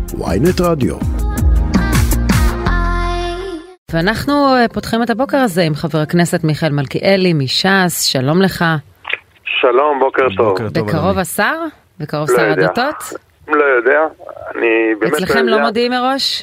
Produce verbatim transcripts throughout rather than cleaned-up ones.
וויינט רדיו. ואנחנו פותחים את הבוקר הזה עם חבר הכנסת מיכאל מלכיאלי מש"ס. שלום לך. שלום, בוקר טוב. בקרוב השר? בקרוב שר הדתות? לא יודע. אני באמת אצלכם לא מודיעים מראש?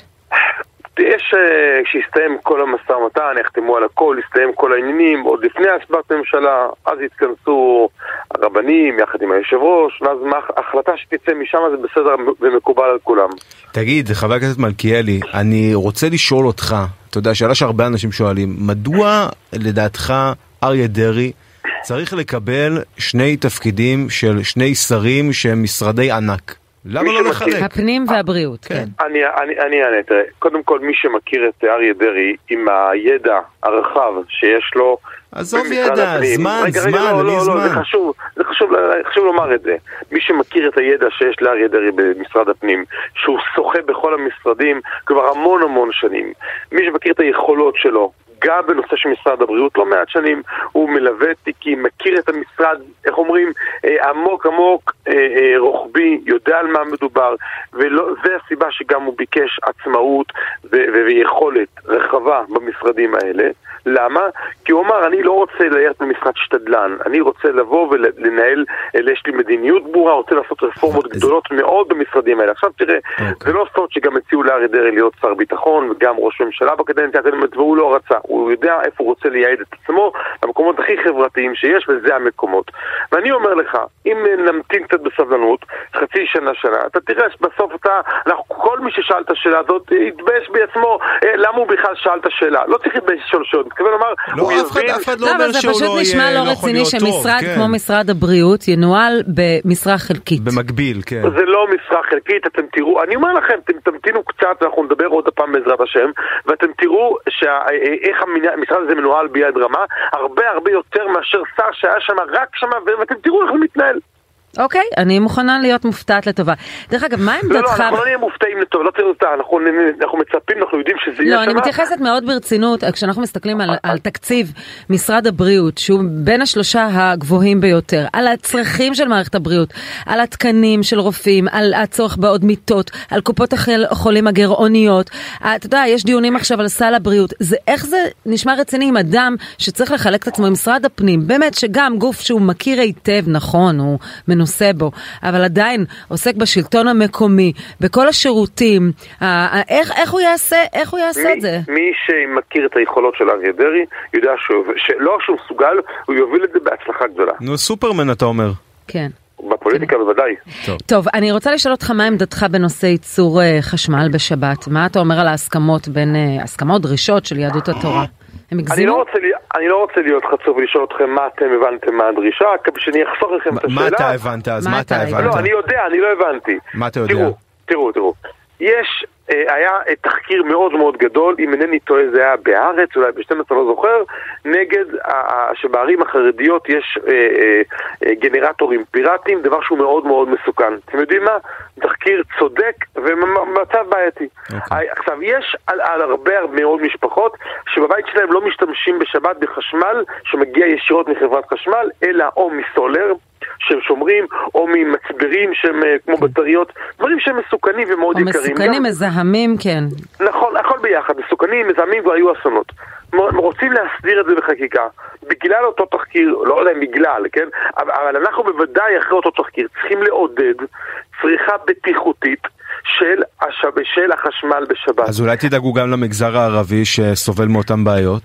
יש, כשיסתיים כל המשא ומתן, יחתמו על הכל, יסתיים כל העניינים, עוד לפני השבעת ממשלה, אז יתכנסו הרבנים יחד עם היושב ראש, ואז ההחלטה שתצא משם זה בסדר ומקובל על כולם. תגיד, חבר הכנסת מלכיאלי, אני רוצה לשאול אותך, אתה יודע, שאלה שהרבה אנשים שואלים, מדוע לדעתך אריה דרעי צריך לקבל שני תפקידים של שני שרים שהם משרדי ענק? למה לא לחלק? הפנים והבריאות, כן. אני אענה, תראה, קודם כל מי שמכיר את אריה דרעי עם הידע הרחב שיש לו, עזוב ידע, זמן, זמן, אני זמן. זה חשוב, זה חשוב, חשוב לומר את זה. מי שמכיר את הידע שיש לאריה דרעי במשרד הפנים, שהוא שוחה בכל המשרדים כבר המון המון שנים, מי שמכיר את היכולות שלו, גם בנושא של משרד הבריאות לא מעט שנים, הוא מלווה תיקים, מכיר את המשרד, איך אומרים, עמוק עמוק, רוחבי, יודע על מה מדובר, וזה הסיבה שגם הוא ביקש עצמאות ויכולת רחבה במשרדים האלה. למה? כי הוא אמר, אני לא רוצה להיות במשרד שתדלן, אני רוצה לבוא ולנהל, יש לי מדיניות ברורה, רוצה לעשות רפורמות גדולות מאוד במשרדים האלה. עכשיו תראה, זה לא סוד שגם הציעו לאריה דרעי להיות שר ביטחון, וגם ראש ממשלה בקדנציה הקודמת, והוא לא רצה. הוא יודע איפה הוא רוצה לייעד את עצמו, למקומות הכי חברתיים שיש, וזה המקומות. ואני אומר לך, אם נמתין קצת בסבלנות, חצי שנה שנה, אתה תראה שבסוף אתה, כל מי ששאל את השאלה הזאת, יתבייש בעצמו, למה הוא בכלל שאל את השאלה? לא צריך להתבייש לשאול שאלות. לא, אף אחד לא אומר שהוא לא פשוט נשמע לא רציני שמשרד כמו משרד הבריאות ינוהל במשרה חלקית. במקביל, כן. זה לא משרה חלקית, אתם תראו, אני אומר לכם, אתם תמתינו קצת, אנחנו נדבר עוד הפעם בעזרת השם, ואתם תראו איך המשרד הזה מנוהל ביד רמה, הרבה הרבה יותר מאשר שר שהיה שם רק שם, ואתם תראו איך הוא מתנהל. אוקיי, אני מוכנה להיות מופתעת לטובה. דרך אגב, מה עמדתך? לא, לא, אנחנו לא נהיה מופתעים לטובה, לא צריך אותה, אנחנו, אנחנו מצפים, אנחנו יודעים שזה יהיה לא, אני מתייחסת מאוד ברצינות, כשאנחנו מסתכלים על, על תקציב משרד הבריאות, שהוא בין השלושה הגבוהים ביותר, על הצרכים של מערכת הבריאות, על התקנים של רופאים, על הצורך בעוד מיטות, על קופות החולים הגרעוניות. אתה יודע, יש דיונים עכשיו על סל הבריאות. זה, איך זה נשמע רציני עם אדם שצריך לחלק את עצמו עם משרד הפנים? באמת שגם גוף שהוא מכיר היטב, נכון, הוא מנוסה בו, אבל עדיין עוסק בשלטון המקומי, בכל השירותים. איך, איך הוא יעשה, איך הוא יעשה מי, את זה? מי שמכיר את היכולות של אריה דרעי, יודע שהוא, שלא שהוא מסוגל, הוא יוביל את זה בהצלחה גדולה. נו, סופרמן אתה אומר. כן. בפוליטיקה בוודאי. טוב. טוב, אני רוצה לשאול אותך מה עמדתך בנושא ייצור חשמל בשבת. מה אתה אומר על ההסכמות בין, הסכמות, דרישות של יהדות התורה? אני לא, רוצה, אני לא רוצה להיות חצוף ולשאול אתכם מה אתם הבנתם מהדרישה, כדי שאני אחסוך לכם את השאלה. מה אתה הבנת? אז מה אתה הבנת? לא, אני יודע, אני לא הבנתי. מה אתה יודע? תראו, תראו, תראו. יש, היה תחקיר מאוד מאוד גדול, אם אינני טועה זה היה בארץ, אולי ב-שתים עשרה לא זוכר, נגד שבערים החרדיות יש גנרטורים פיראטיים, דבר שהוא מאוד מאוד מסוכן. אתם יודעים מה? תחקיר צודק ומצב בעייתי. עכשיו, יש על הרבה מאוד משפחות שבבית שלהם לא משתמשים בשבת בחשמל שמגיע ישירות מחברת חשמל, אלא או מסולר, שהם שומרים, או ממצברים שהם כמו בטריות, דברים שהם מסוכנים ומאוד יקרים. או מסוכנים, מזהמים, כן. נכון, הכל ביחד, מסוכנים, מזהמים כבר היו אסונות. רוצים להסדיר את זה בחקיקה, בגלל אותו תחקיר, לא יודע אם בגלל, כן? אבל אנחנו בוודאי אחרי אותו תחקיר צריכים לעודד צריכה בטיחותית של, השב... של החשמל בשבת. אז אולי תדאגו גם למגזר הערבי שסובל מאותם בעיות?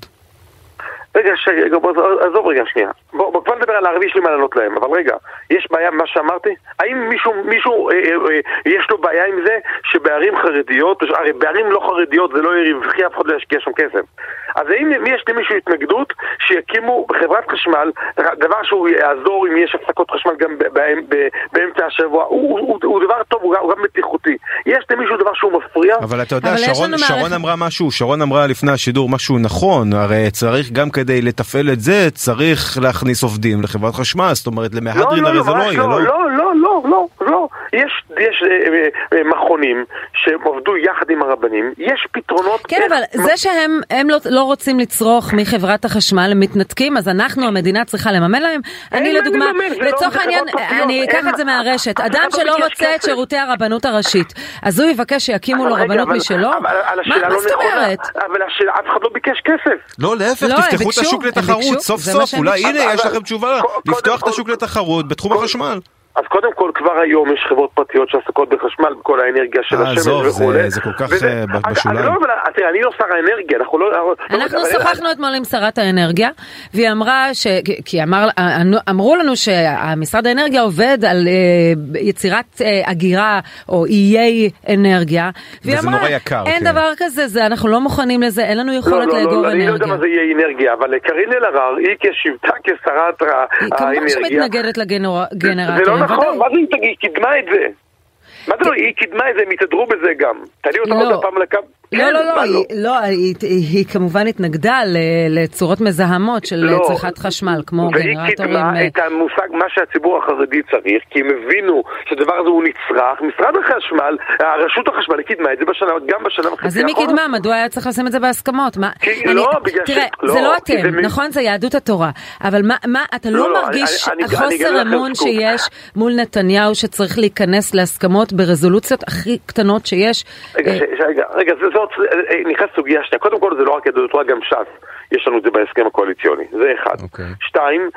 רגע, רגע, עזוב רגע שנייה. בוא, בוא כבר נדבר על הערבי, יש לי מה לענות להם, אבל רגע, יש בעיה מה שאמרתי? האם מישהו, מישהו, אה, אה, יש לו בעיה עם זה שבערים חרדיות, הרי בערים לא חרדיות זה לא רווחי, אף אחד לא ישקיע שם כסף. אז האם יש למישהו התנגדות שיקימו בחברת חשמל, דבר שהוא יעזור אם יש הפסקות חשמל גם באמצע השבוע, הוא, הוא, הוא דבר טוב, הוא גם, הוא גם בטיחותי. יש למישהו דבר שהוא מפריע? אבל אתה יודע, שרון, שרון אמרה משהו, שרון אמרה לפני השידור משהו נכון, הרי צריך גם כדי לתפעל את זה, צריך להכניס עובדים לחברת חשמל, זאת אומרת, למהדרין הרי זה לא יהיה, לא? לא, לא, לא, לא, לא. יש, יש מכונים שעובדו יחד עם הרבנים, יש פתרונות... כן, אבל זה שהם הם לא, לא רוצים לצרוך מחברת החשמל, הם מתנתקים, אז אנחנו, המדינה צריכה לממן להם. אני לדוגמה, לצורך העניין, אני אקח את זה מהרשת, אדם שלא רוצה את שירותי הרבנות הראשית, אז הוא יבקש שיקימו לו רבנות משלו? מה זאת אומרת? אבל אף אחד לא ביקש כסף. לא, להפך, תפתחו את השוק לתחרות, סוף סוף, אולי הנה יש לכם תשובה, לפתוח את השוק לתחרות בתחום החשמל. אז קודם כל, כבר היום יש חברות פרטיות שעסקות בחשמל, בכל האנרגיה של השמש וכו'. זה כל כך בשוליים. לא, אבל תראה, אני לא שר האנרגיה, אנחנו לא... אנחנו שוחחנו אתמול עם שרת האנרגיה, והיא אמרה, כי אמרו לנו שהמשרד האנרגיה עובד על יצירת אגירה, או איי אנרגיה, והיא אמרה, אין דבר כזה, אנחנו לא מוכנים לזה, אין לנו יכולת לאגור אנרגיה. אני לא יודע מה זה איי אנרגיה, אבל קארין אלהרר, היא כשבטה כשרת האנרגיה... כמובן שמתנגדת לגנרטורים. נכון, מה זה היא קידמה את זה? מה זה לא, היא קידמה את זה, הם יתדרו בזה גם. תעלי אותה עוד הפעם לקו. לא, לא, לא, היא כמובן התנגדה לצורות מזהמות של צריכת חשמל, כמו גנרטורים. והיא קידמה את המושג, מה שהציבור החרדי צריך, כי הם הבינו שהדבר הזה הוא נצרך. משרד החשמל, הרשות החשמל, היא קידמה את זה גם בשנה וחצי. אז אם היא קידמה, מדוע היה צריך לשים את זה בהסכמות? תראה, זה לא אתם, נכון? זה יהדות התורה. אבל מה, אתה לא מרגיש החוסר אמון שיש מול נתניהו שצריך להיכנס להסכמות ברזולוציות הכי קטנות שיש? רגע, רגע, זה נכנס סוגיה שנייה. קודם כל זה לא רק יהדות התורה, גם ש"ס. יש לנו את זה בהסכם הקואליציוני. זה אחד. שתיים,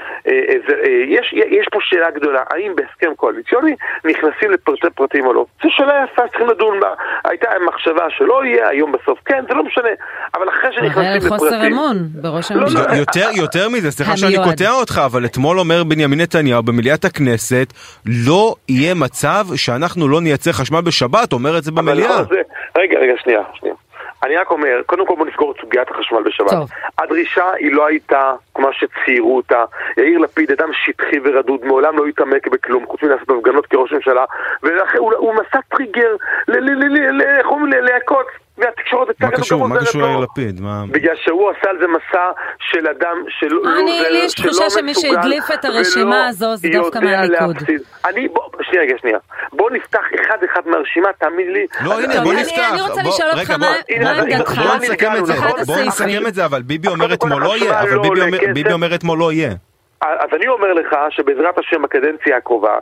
יש פה שאלה גדולה. האם בהסכם קואליציוני נכנסים לפרטי פרטים או לא? זו שאלה יפה, צריכים לדון בה. הייתה מחשבה שלא יהיה, היום בסוף כן, זה לא משנה. אבל אחרי שנכנסים לפרטים... חוסר אמון בראש הממשלה. יותר מזה, סליחה שאני קוטע אותך, אבל אתמול אומר בנימין נתניהו במליאת הכנסת, לא יהיה מצב שאנחנו לא נייצר חשמל בשבת, אומר את זה במליאה. רגע, רגע, שנייה, שנייה. אני רק אומר, קודם כל בוא נסגור את סוגיית החשמל בשבת. טוב. הדרישה היא לא הייתה כמו שציירו אותה. יאיר לפיד, אדם שטחי ורדוד, מעולם לא יתעמק בכלום, חוץ מלעשות בהפגנות כראש ממשלה, והוא מסע טריגר להקות. והתקשורת מה קשור? מה קשור יאיר לפיד? בגלל שהוא עשה על זה מסע של אדם שלא מסוגל. אני, לי יש תחושה שמי שהדליף את הרשימה הזו זה דווקא מהליכוד. אני, בוא, שנייה, רגע, שנייה. בוא נפתח אחד אחד מהרשימה, תאמין לי. לא, הנה, בוא נפתח. אני רוצה לשאול אותך מה עמדתך. בוא נסכם את זה, בוא נסכם את זה, אבל ביבי אומר אתמול לא יהיה, אבל ביבי אומר אתמול לא יהיה. אז אני אומר לך שבעזרת השם הקדנציה הקרובה,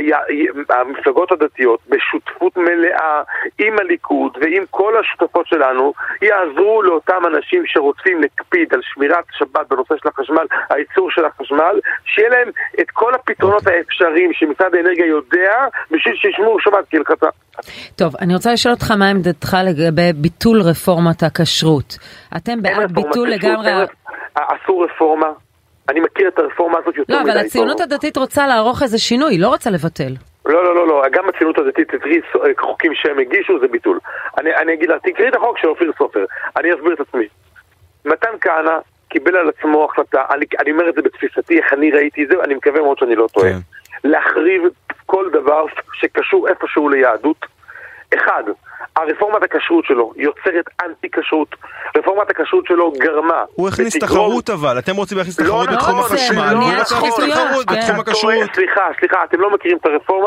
המפלגות הדתיות בשותפות מלאה עם הליכוד ועם כל השותפות שלנו, יעזרו לאותם אנשים שרוצים להקפיד על שמירת שבת בנושא של החשמל, הייצור של החשמל, שיהיה להם את כל הפתרונות האפשריים שמשרד האנרגיה יודע, בשביל שישמעו שבת כהלכתה. טוב, אני רוצה לשאול אותך מה עמדתך לגבי ביטול רפורמת הכשרות. אתם בעד ביטול לגמרי... אסור רפורמה. אני מכיר את הרפורמה הזאת יותר מדי. לא, אבל הציונות הדתית רוצה לערוך איזה שינוי, לא רוצה לבטל. לא, לא, לא, לא. גם הציונות הדתית תקראי חוקים שהם הגישו, זה ביטול. אני, אני אגיד לה, תקראי את החוק של אופיר סופר. אני אסביר את עצמי. מתן כהנא קיבל על עצמו החלטה, אני, אני אומר את זה בתפיסתי, איך אני ראיתי זה, אני מקווה מאוד שאני לא טועה. כן. להחריב כל דבר שקשור איפשהו ליהדות. אחד, הרפורמת הכשרות שלו יוצרת אנטי-כשרות. רפורמת הכשרות שלו גרמה. הוא הכניס תחרות אבל, אתם רוצים להכניס תחרות בתחום החשמל. הוא לא רוצה להכניס תחרות בתחום הכשרות. סליחה, סליחה, אתם לא מכירים את הרפורמה?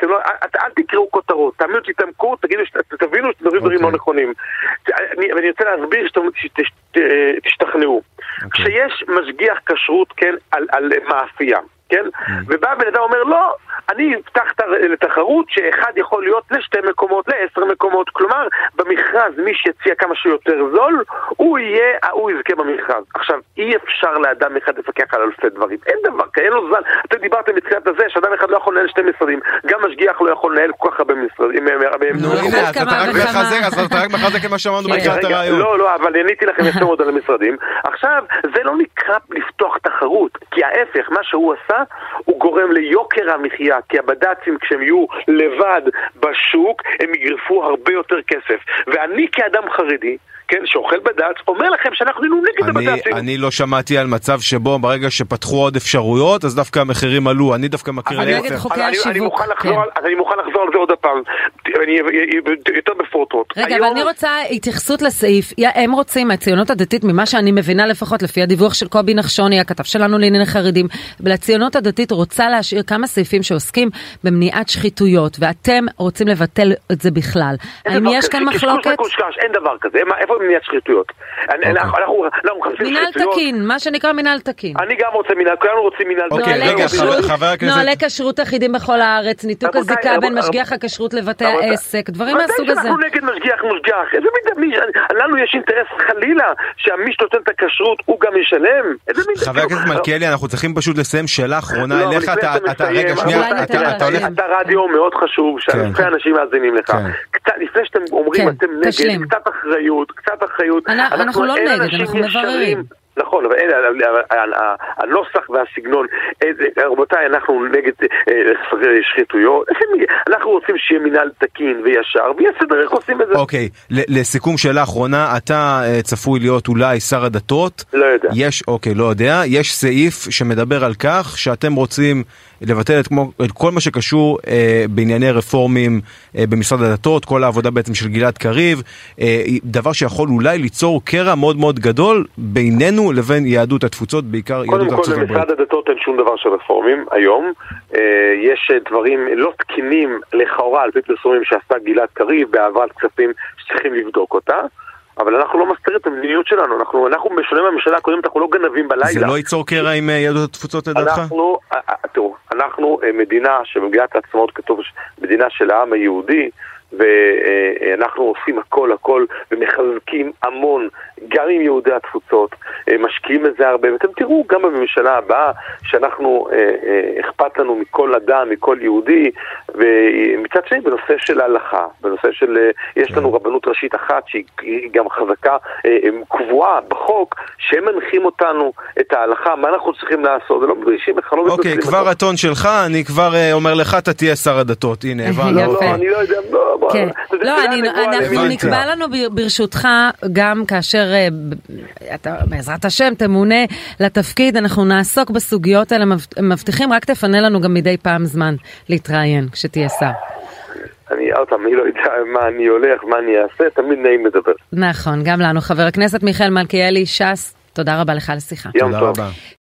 אל תקראו כותרות, תאמינו שתתעמקו, תבינו שתבינו דברים לא נכונים. ואני רוצה להסביר שתשתכנעו. כשיש משגיח כשרות, כן, על מאפייה. כן? ובא בן אדם אומר, לא, אני אפתח לתחרות שאחד יכול להיות לשתי מקומות, לעשר מקומות. כלומר, במכרז, מי שיציע כמה שיותר זול, הוא יהיה, הוא יזכה במכרז. עכשיו, אי אפשר לאדם אחד לפקח על אלפי דברים. אין דבר, כי אין לו זמן. אתם דיברתם בתחילת הזה, שאדם אחד לא יכול לנהל שתי משרדים. גם משגיח לא יכול לנהל כל כך הרבה משרדים. נו, הנה, אז אתה רק מחזק, אז אתה רק מחזק את מה שאמרנו בתחילת הרעיון. לא, לא, אבל עניתי לכם יפה מאוד על המשרדים. עכשיו, זה לא נקרא לפתוח תחרות, כי ההפך, מה שהוא עשה, הוא גורם ליוקר המחיה, כי הבד"צים כשהם יהיו לבד בשוק, הם יגרפו הרבה יותר כסף. ואני כאדם חרדי, כן, שאוכל בד"ץ, אומר לכם שאנחנו נהיינו נגד הבד"צים. אני לא שמעתי על מצב שבו ברגע שפתחו עוד אפשרויות, אז דווקא המחירים עלו. אני דווקא מכיר להפך. אני מוכן לחזור על זה עוד הפעם. אני יותר בפרוטרוט. רגע, אבל אני רוצה התייחסות לסעיף. הם רוצים מהציונות הדתית, ממה שאני מבינה לפחות לפי הדיווח של קובי נחשוני, הכתב שלנו לענייני חרדים, ולציונות הדתית רוצה להשאיר כמה סעיפים שעוסקים במניעת שחיתויות, ואתם רוצים לבטל את זה בכלל. האם יש כאן מחלוקת? אין דבר כזה. איפה מניעת שחיתויות? מנהל תקין, מה שנקרא מנהל תקין. אני גם רוצה מנהל, כולנו רוצים מנהל תקין. נוהלי כשרות אחידים בכל הארץ, ניתוק הזיקה בין משגיח הכשרות לבתי העסק, דברים מהסוג הזה. אנחנו נגד משגיח מושגח. לנו יש אינטרס חלילה שהמי שנותן את הכשרות הוא גם ישלם. חבר הכנסת מלכיאלי, אנחנו צריכים פשוט לסיים שאלה אחרונה אליך. רגע, שנייה, אתה רדיו מאוד חשוב, שאלפי אנשים מאזינים לך. לפני שאתם אומרים אתם נגד, קצת אחריות, קצת אחריות. אנחנו לא נגד, אנחנו מבררים. נכון, אבל הנוסח והסגנון, רבותיי, אנחנו נגד שחיתויות, אנחנו רוצים שיהיה מנהל תקין וישר, ויהיה סדר איך עושים את זה. אוקיי, לסיכום שאלה אחרונה, אתה צפוי להיות אולי שר הדתות? לא יודע. יש, אוקיי, לא יודע, יש סעיף שמדבר על כך שאתם רוצים לבטל את, כמו, את כל מה שקשור אה, בענייני רפורמים אה, במשרד הדתות, כל העבודה בעצם של גלעד קריב, אה, דבר שיכול אולי ליצור קרע מאוד מאוד גדול בינינו לבין יהדות התפוצות, בעיקר יהדות ארצות הברית. קודם כל, במשרד הדתות אין שום דבר של רפורמים היום. אה, יש דברים לא תקינים לכאורה על פי פרסומים שעשה גלעד קריב בהעברת כספים שצריכים לבדוק אותה. אבל אנחנו לא מסתיר את המדיניות שלנו, אנחנו, אנחנו בשונה מהממשלה הקודמת, אנחנו לא גנבים בלילה. זה לא ייצור קרע עם יהדות התפוצות לדעתך? אנחנו, תראו, אנחנו מדינה שבמגילת העצמאות כתוב מדינה של העם היהודי, ואנחנו עושים הכל הכל ומחזקים המון גם עם יהודי התפוצות, משקיעים את זה הרבה, ואתם תראו גם בממשלה הבאה שאנחנו אכפת לנו מכל אדם, מכל יהודי, ומצד שני בנושא של ההלכה, בנושא של, יש לנו רבנות ראשית אחת שהיא גם חזקה, קבועה בחוק, שהם מנחים אותנו את ההלכה, מה אנחנו צריכים לעשות, ולא מדרישים לך, לא אוקיי, כבר הטון שלך, אני כבר אומר לך, אתה תהיה שר הדתות, הנה, הבנו. לא, אני לא יודע, לא, כן. לא, אנחנו נקבע לנו ברשותך, גם כאשר אתה, בעזרת השם, תמונה לתפקיד, אנחנו נעסוק בסוגיות האלה, מבטיחים, רק תפנה לנו גם מדי פעם זמן להתראיין, כשתהיה שר. אני עוד פעם, אני לא יודע מה אני הולך, מה אני אעשה, תמיד נעים לדבר. נכון, גם לנו. חבר הכנסת מיכאל מלכיאלי, ש"ס, תודה רבה לך על השיחה. יום טוב.